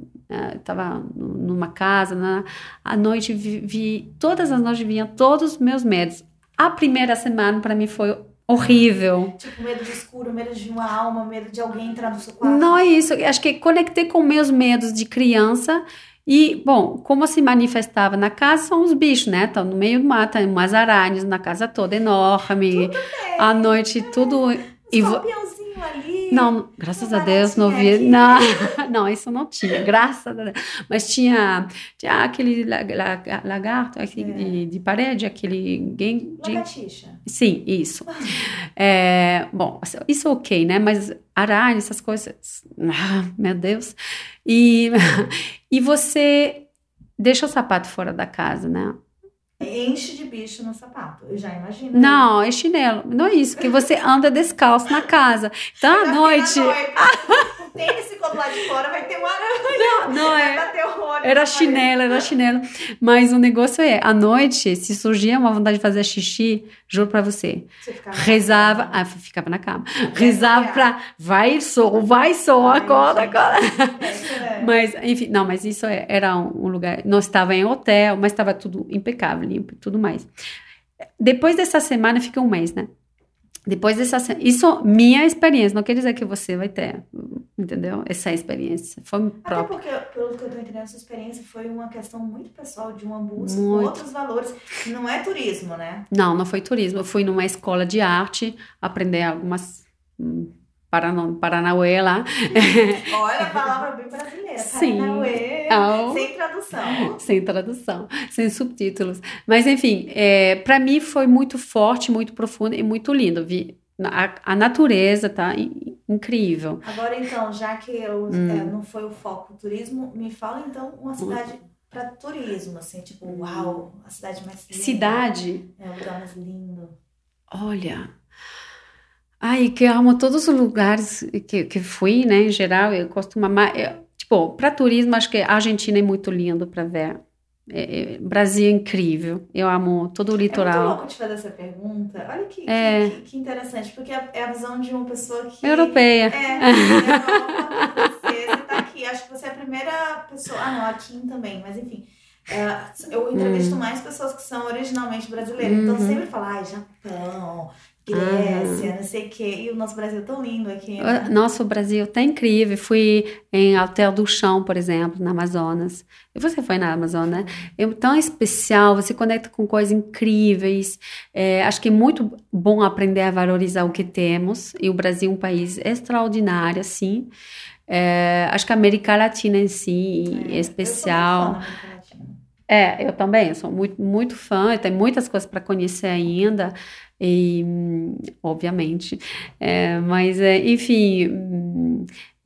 numa casa, à noite, todas as noites vinham todos os meus medos. A primeira semana, para mim, foi horrível. Tipo, medo de escuro, medo de uma alma, medo de alguém entrar no seu quarto. Não é isso. Acho que conectei com meus medos de criança. E, bom, como se manifestava na casa, são os bichos, né? Estão no meio do mato, tem umas aranhas na casa toda enorme. À noite, tudo... Escorpiãozinho ali. Não, graças a Deus não vi. Não, isso não tinha, graças a Deus. Mas tinha aquele lagarto de parede, aquele... Lagartixa. Sim, isso. Bom, isso ok, né? Mas aranha, essas coisas... meu Deus. E você deixa o sapato fora da casa, né? Enche de bicho no sapato, eu já imagino. Não, é chinelo. Não é isso, que você anda descalço na casa. Então, à noite... O tênis ficou do lado de fora, vai ter uma aranha. Não era chinelo. Mas o negócio à noite, se surgia uma vontade de fazer xixi, juro pra você, rezava... ficava na cama. Rezava pra... Vai, acorda. Mas, enfim, não, mas isso era um lugar... Não estava em hotel, mas estava tudo impecável, limpo e tudo mais. Depois dessa semana, fica um mês, né? Depois dessa semana... Isso, minha experiência. Não quer dizer que você vai ter, entendeu? Essa experiência. Foi própria. Até porque, pelo que eu tô entendendo, essa experiência foi uma questão muito pessoal, de uma busca com outros valores. Não é turismo, né? Não foi turismo. Eu fui numa escola de arte, aprender algumas... Paranauê lá. Olha a palavra bem brasileira. Sim. Paranauê. Sem tradução. Sem tradução, sem subtítulos. Mas, enfim, para mim foi muito forte, muito profundo e muito lindo. A natureza tá incrível. Agora, então, já que não foi o foco do turismo, me fala, então, uma cidade para turismo, assim, tipo, uau, a cidade mais linda. Cidade? O lugar mais lindo. Olha... que eu amo todos os lugares que fui, né, em geral, eu costumo amar, para turismo, acho que a Argentina é muito lindo para ver, Brasil é incrível, eu amo todo o litoral. É muito louco te fazer essa pergunta, olha que interessante, porque é a visão de uma pessoa que... Europeia. Você tá aqui, acho que você é a primeira pessoa, não, a Kim também, mas enfim... eu entrevisto mais pessoas que são originalmente brasileiras, então sempre falo, Japão, Grécia, não sei o que, e o nosso Brasil é tão lindo aqui, né? Nosso Brasil tá incrível. Fui em Alter do Chão, por exemplo, na Amazonas. E você foi na Amazonas, né? É tão especial, você conecta com coisas incríveis. Acho que é muito bom aprender a valorizar o que temos, e o Brasil é um país extraordinário, assim. Acho que a América Latina em si é especial. Eu sou muito fã da América Latina. Eu também, eu sou muito, muito fã, tem muitas coisas para conhecer ainda, e, obviamente, mas, enfim,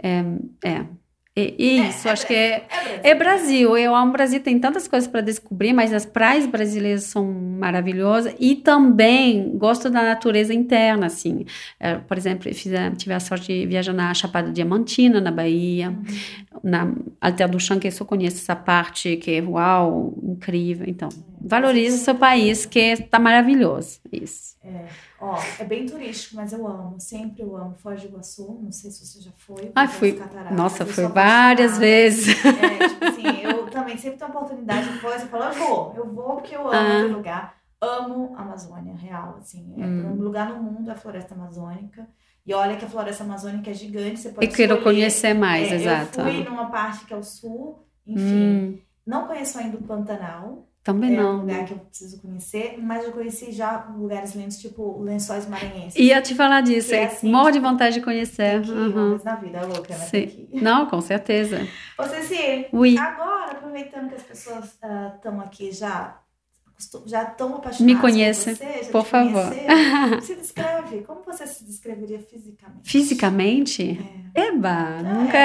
isso, acho que é Brasil, eu amo o Brasil, tem tantas coisas para descobrir, mas as praias brasileiras são maravilhosas, e também gosto da natureza interna, assim, por exemplo, tive a sorte de viajar na Chapada Diamantina, na Bahia, na Alter do Chão, que eu só conheço essa parte, que é uau, incrível, então, valorize o seu país, que está maravilhoso, isso. É bem turístico, mas eu amo, sempre eu amo. Foz do Iguaçu, não sei se você já foi. Fui. Nossa, fui várias vezes. Tipo assim, eu também sempre tenho a oportunidade de Foz, eu falo, eu vou porque eu amo aquele lugar. Amo a Amazônia, real, assim. Um lugar no mundo é a floresta amazônica. E olha que a floresta amazônica é gigante, você pode quero conhecer mais, exato. Eu fui numa parte que é o sul, enfim. Não conheço ainda o Pantanal. Também É um não. lugar que eu preciso conhecer, mas eu conheci já lugares lindos, tipo Lençóis Maranhenses. Ia te falar disso, Que é assim, morro de tipo, vontade de conhecer. Tem que ir uma vez na vida, é louca, né? Tem que Sim. ir. Não, com certeza. Ô, Cecília, Oui. agora, aproveitando que as pessoas estão aqui já estão apaixonadas Me conheça, por você, já por te favor. conheceram, se descreve. Como você se descreveria fisicamente? Fisicamente? Eba, nunca.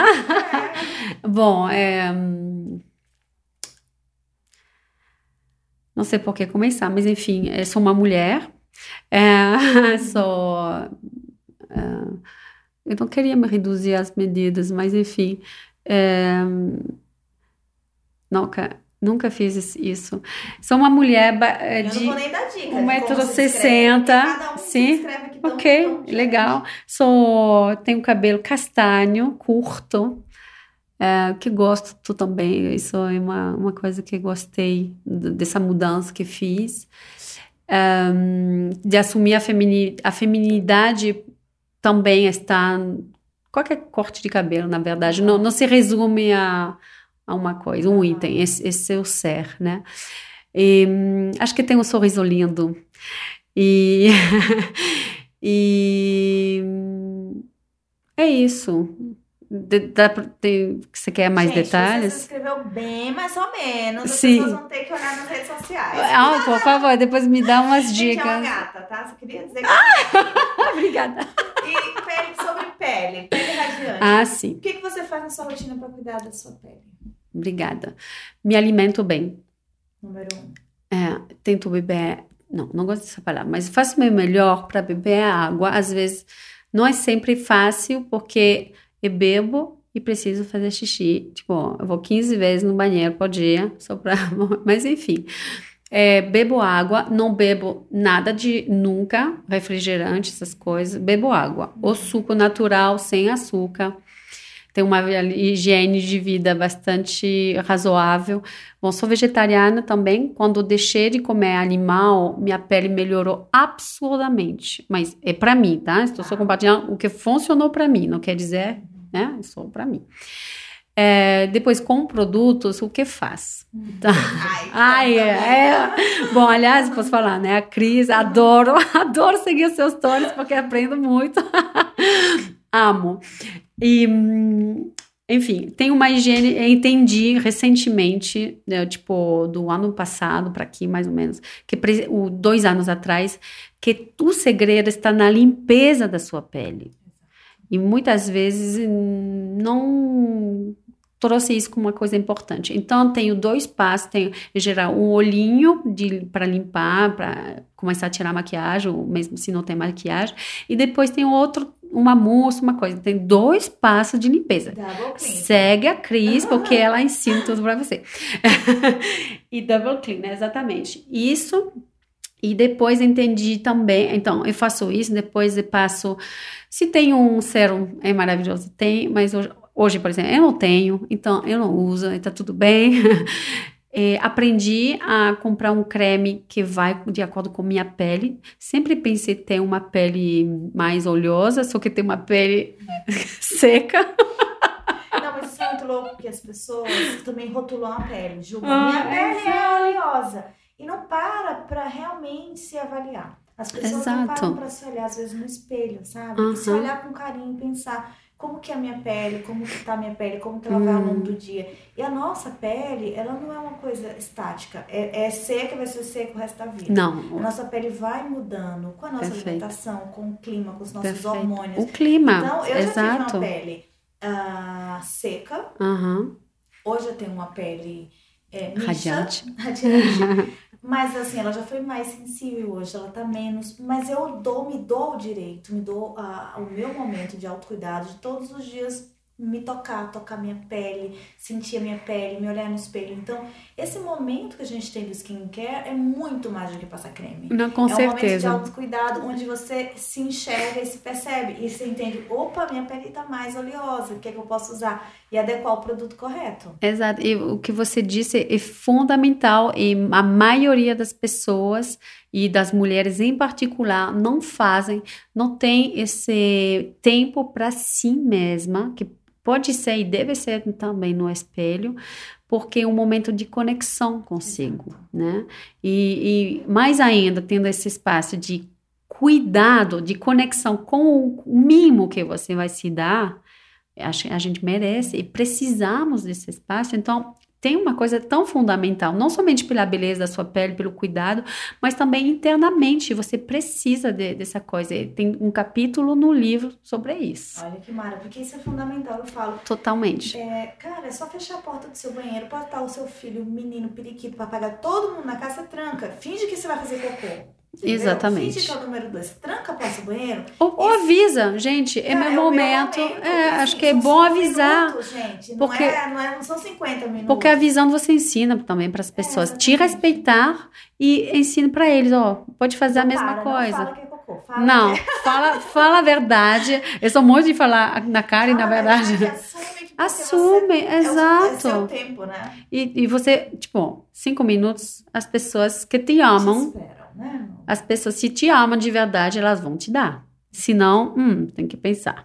Bom, não sei por que começar, mas enfim, eu sou uma mulher, eu não queria me reduzir às medidas, mas enfim, nunca fiz isso. Sou uma mulher Eu não de vou nem dar dica. 1,60 m, Cada um se sim, descreve aqui tão ok, diferente. legal. Tenho cabelo castanho, curto, que gosto também. Isso é uma coisa que gostei dessa mudança que fiz. De assumir a feminilidade também está qualquer corte de cabelo, na verdade. Não se resume a uma coisa, um item. Esse é o ser, né? E, acho que tem um sorriso lindo. E é isso. Você quer mais detalhes? Você se escreveu bem, mais ou menos. As Sim. pessoas vão ter que olhar nas redes sociais. Por favor, depois me dá umas Gente, dicas. é uma gata, tá? Só queria dizer que Obrigada. E sobre pele radiante. Sim. O que você faz na sua rotina para cuidar da sua pele? Obrigada. Me alimento bem. Número 1. Tento beber... Não gosto dessa palavra, mas faço o meu melhor para beber água. Às vezes, não é sempre fácil, porque eu bebo e preciso fazer xixi. Tipo, eu vou 15 vezes no banheiro por dia, só pra... Mas, enfim. Bebo água, não bebo nada nunca, refrigerante, essas coisas. Bebo água. O suco natural, sem açúcar. Tenho uma higiene de vida bastante razoável. Bom, sou vegetariana também. Quando deixei de comer animal, minha pele melhorou absurdamente. Mas é para mim, tá? Estou só compartilhando o que funcionou para mim. Não quer dizer, né? É só para mim. Depois, com produtos, o que faz? Tá. Bom, aliás, posso falar, né? A Cris, adoro seguir os seus stories porque aprendo muito. Amo. E, enfim, tem uma higiene, eu entendi recentemente, né, tipo, do ano passado para aqui, mais ou menos, 2 anos atrás, que o segredo está na limpeza da sua pele. E muitas vezes não trouxe isso como uma coisa importante. Então, tenho 2 passos, tenho, em geral, um olhinho para limpar, para começar a tirar a maquiagem, ou mesmo se não tem maquiagem, e depois tem outro, uma mousse, uma coisa. Tem 2 passos de limpeza. Double clean. Segue a Cris, porque ela ensina tudo para você. E double clean, né? Exatamente. Isso. E depois entendi também, então, eu faço isso, depois eu passo, se tem um sérum, é maravilhoso, tem, mas hoje, por exemplo, eu não tenho, então eu não uso, tá tudo bem. Aprendi a comprar um creme que vai de acordo com minha pele. Sempre pensei ter uma pele mais oleosa, só que tem uma pele seca. Não, mas isso é muito louco, porque as pessoas também rotulam a pele, julgam. Minha pele é oleosa. E não para realmente se avaliar. As pessoas não param para se olhar, às vezes, no espelho, sabe? E se olhar com carinho e pensar como que é a minha pele, como que tá a minha pele, como que ela vai ao longo do dia. E a nossa pele, ela não é uma coisa estática. É seca, vai ser seca o resto da vida. Não. A nossa pele vai mudando com a nossa alimentação, com o clima, com os nossos hormônios. O clima, então, eu já tive uma pele seca. Hoje eu tenho uma pele radiante. Mas assim, ela já foi mais sensível hoje, ela tá menos. Mas eu me dou o direito, me dou o meu momento de autocuidado, de todos os dias me tocar minha pele, sentir a minha pele, me olhar no espelho. Então, esse momento que a gente tem do skincare é muito mais do que passar creme. Não, com certeza. É um momento de autocuidado, onde você se enxerga e se percebe. E você entende, opa, minha pele tá mais oleosa, o que é que eu posso usar? E adequar o produto correto. Exato. E o que você disse é fundamental. E a maioria das pessoas, e das mulheres em particular, não tem esse tempo para si mesma, que pode ser e deve ser também no espelho, porque é um momento de conexão consigo, né? E mais ainda, tendo esse espaço de cuidado, de conexão com o mimo que você vai se dar, a gente merece e precisamos desse espaço. Então, tem uma coisa tão fundamental, não somente pela beleza da sua pele, pelo cuidado, mas também internamente, você precisa dessa coisa. Tem um capítulo no livro sobre isso. Olha que maravilha, porque isso é fundamental, eu falo. Totalmente. Cara, é só fechar a porta do seu banheiro, pode estar o seu filho, o menino, periquito, papagaio, todo mundo na casa, você tranca, finge que você vai fazer cocô. Entendeu? Exatamente. Finge que é o número 2, tranca a porta do banheiro. Ou avisa, gente, é meu momento. Acho que é bom avisar. Minutos, gente. Porque, não são 50 minutos. Porque avisando você ensina também para as pessoas. Te respeitar e ensina para eles, pode fazer a mesma coisa. Não fala que é cocô. Fala a verdade. Eu sou muito de falar na cara e na verdade. Assume, exato. É o seu tempo, né? E você, 5 minutos, as pessoas que te amam. Te esperam, né? As pessoas, se te amam de verdade, elas vão te dar. Se não, tem que pensar.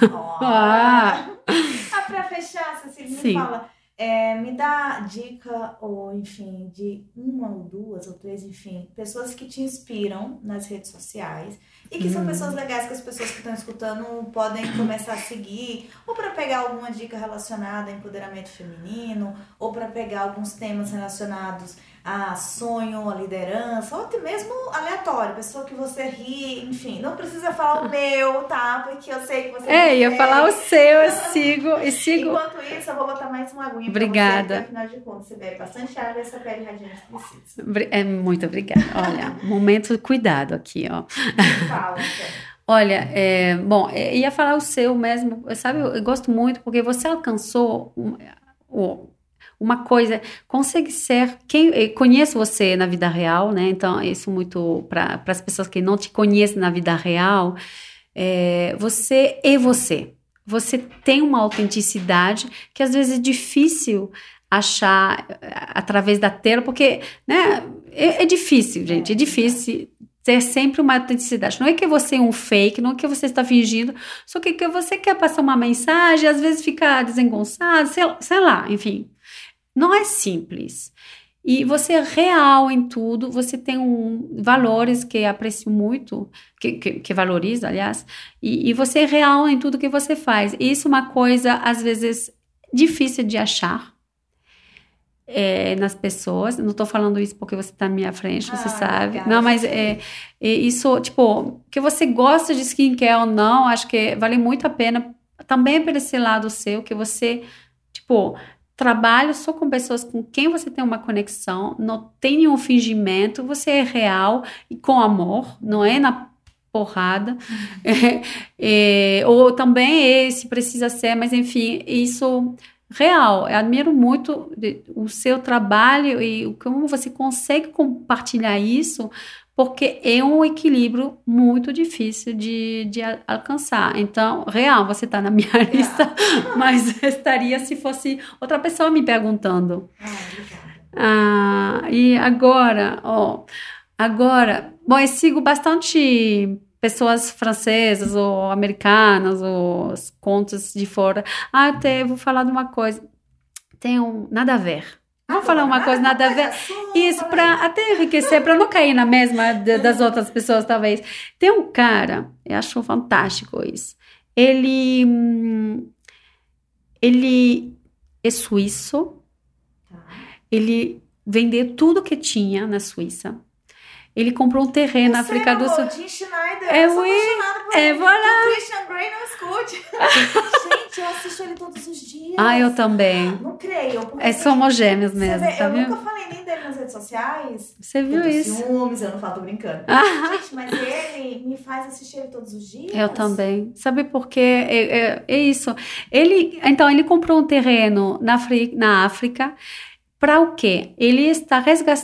Pra fechar, Cecília, Sim. me fala, me dá dica, ou enfim, de 1 ou 2 ou 3, enfim, pessoas que te inspiram nas redes sociais e que são pessoas legais que as pessoas que estão escutando podem começar a seguir, ou para pegar alguma dica relacionada a empoderamento feminino, ou para pegar alguns temas relacionados a sonho, a liderança, ou até mesmo aleatório, pessoa que você ri, enfim, não precisa falar o meu, tá? Porque eu sei que você ia falar o seu, eu sigo. Enquanto isso, eu vou botar mais uma aguinha. Obrigada. Pra você, porque afinal de contas, você bebe bastante água e essa pele radiante precisa. Muito obrigada. Olha, momento de cuidado aqui, ó. Fala, então. Olha, ia falar o seu mesmo, sabe, eu gosto muito porque você alcançou uma coisa, consegue ser quem conhece você na vida real, né? Então, isso muito para as pessoas que não te conhecem na vida real, você é você. Você tem uma autenticidade que às vezes é difícil achar através da tela, porque, né, é difícil, gente, é difícil ter sempre uma autenticidade. Não é que você é um fake, não é que você está fingindo, só que você quer passar uma mensagem, às vezes fica desengonçado, sei lá, enfim. Não é simples. E você é real em tudo, você tem valores que aprecio muito, que valoriza, aliás, e você é real em tudo que você faz. E isso é uma coisa, às vezes, difícil de achar nas pessoas. Não estou falando isso porque você está na minha frente, você sabe. Obrigada. Não, mas isso, que você gosta de skincare ou não, acho que vale muito a pena, também por esse lado seu, que você, trabalho só com pessoas com quem você tem uma conexão, não tem nenhum fingimento, você é real e com amor, não é na porrada. Ou também se precisa ser, mas enfim, isso real. Eu admiro muito o seu trabalho e como você consegue compartilhar isso, porque é um equilíbrio muito difícil de alcançar. Então, real, você está na minha lista, mas estaria se fosse outra pessoa me perguntando. E agora, bom, eu sigo bastante pessoas francesas ou americanas, ou os contos de fora. Até vou falar de uma coisa, nada a ver. Vamos falar uma coisa nada a ver. Isso, para até enriquecer, para não cair na mesma das outras pessoas, talvez. Tem um cara, eu acho fantástico isso. Ele é suíço. Ele vendeu tudo que tinha na Suíça. Ele comprou um terreno na África do Sul. Jim Schneider, eu sou apaixonada por ele. Voilà. O Christian Grey não escute. Gente, eu assisto ele todos os dias. Eu também. Não creio. Somos gêmeos mesmo, eu nunca falei nem dele nas redes sociais. Você viu isso? Ciúmes, eu não falo, tô brincando. Gente, mas ele me faz assistir ele todos os dias. Eu também. Sabe por quê? É isso. Ele comprou um terreno na África. Para o quê? Ele está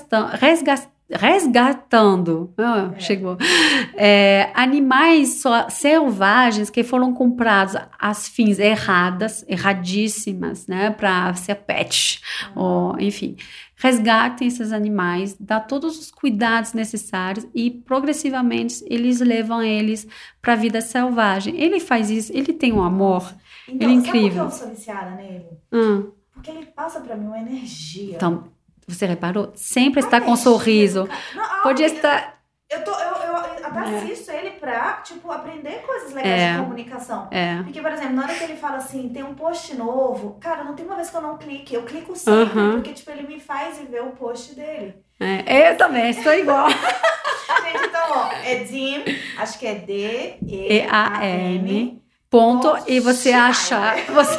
resgatando chegou animais selvagens que foram comprados às fins erradíssimas, né, para ser pet, ou enfim, resgatem esses animais, dá todos os cuidados necessários e progressivamente eles levam eles para a vida selvagem. Ele faz isso, ele tem um amor, Então, ele é incrível. Sabe por que eu sou viciada nele? porque ele passa pra mim uma energia. Então, você reparou? Sempre está com um sorriso. Podia estar... Eu até assisto ele pra, tipo, aprender coisas legais de comunicação. Porque, por exemplo, na hora que ele fala assim, tem um post novo, cara, não tem uma vez que eu não clique. Eu clico sempre, porque, tipo, ele me faz ver o post dele. Eu também, estou igual. Gente, então, ó, é Dean, acho que é D-E-A-N. Ponto, e você acha.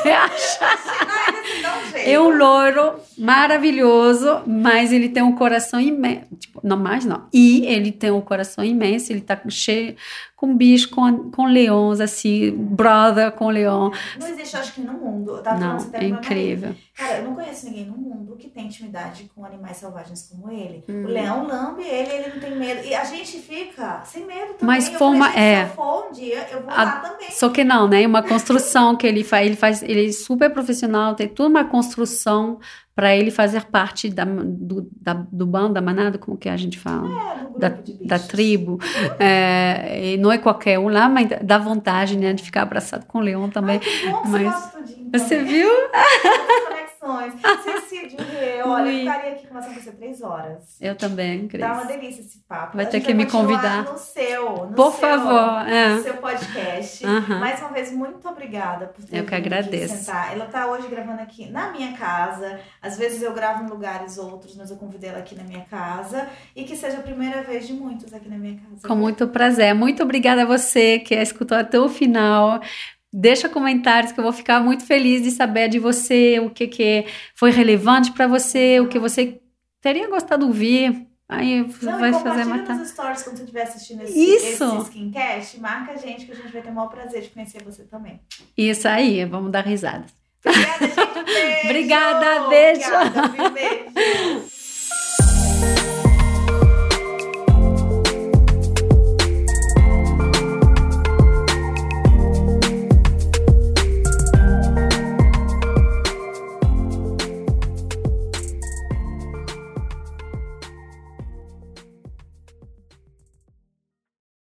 É um loiro maravilhoso, mas ele tem um coração imenso. Tipo, não mais não. E ele tem um coração imenso, ele tá cheio com bicho, com leões, assim, brother com leão. Não existe, acho que no mundo. Não, é incrível. Cara, eu não conheço ninguém no mundo que tem intimidade com animais selvagens como ele. O leão lambe ele não tem medo. E a gente fica sem medo também. Mas forma se eu for um dia, eu vou lá também. Só que não, né? Uma construção que ele faz, ele é super profissional, tem toda uma construção para ele fazer parte do bando, da manada, como que a gente fala? Do grupo de bichos. Da tribo. E não é qualquer um lá, mas dá vontade, né, de ficar abraçado com o leão também. Ai, que bom que mas você gosta tudinho. Você viu? Conexões. Ceci, olha, eu ficaria aqui conversando com você 3 horas. Eu também, Cris. Tá uma delícia esse papo. Vai ter que me convidar. No seu podcast. Mais uma vez, muito obrigada por ter vindo. Eu que agradeço. Sentar. Ela tá hoje gravando aqui na minha casa. Às vezes eu gravo em lugares outros, mas eu convidei ela aqui na minha casa. E que seja a primeira vez de muitos aqui na minha casa. Com muito prazer. Muito obrigada a você que escutou até o final. Deixa comentários que eu vou ficar muito feliz de saber de você, o que foi relevante para você, o que você teria gostado de ouvir. Aí você vai fazer matar. Nos stories quando você estiver assistindo esse Skincast, marca a gente que a gente vai ter o maior prazer de conhecer você também. Isso aí, vamos dar risadas. Obrigada, gente. Beijo. Obrigada, beijo. Obrigada, beijo.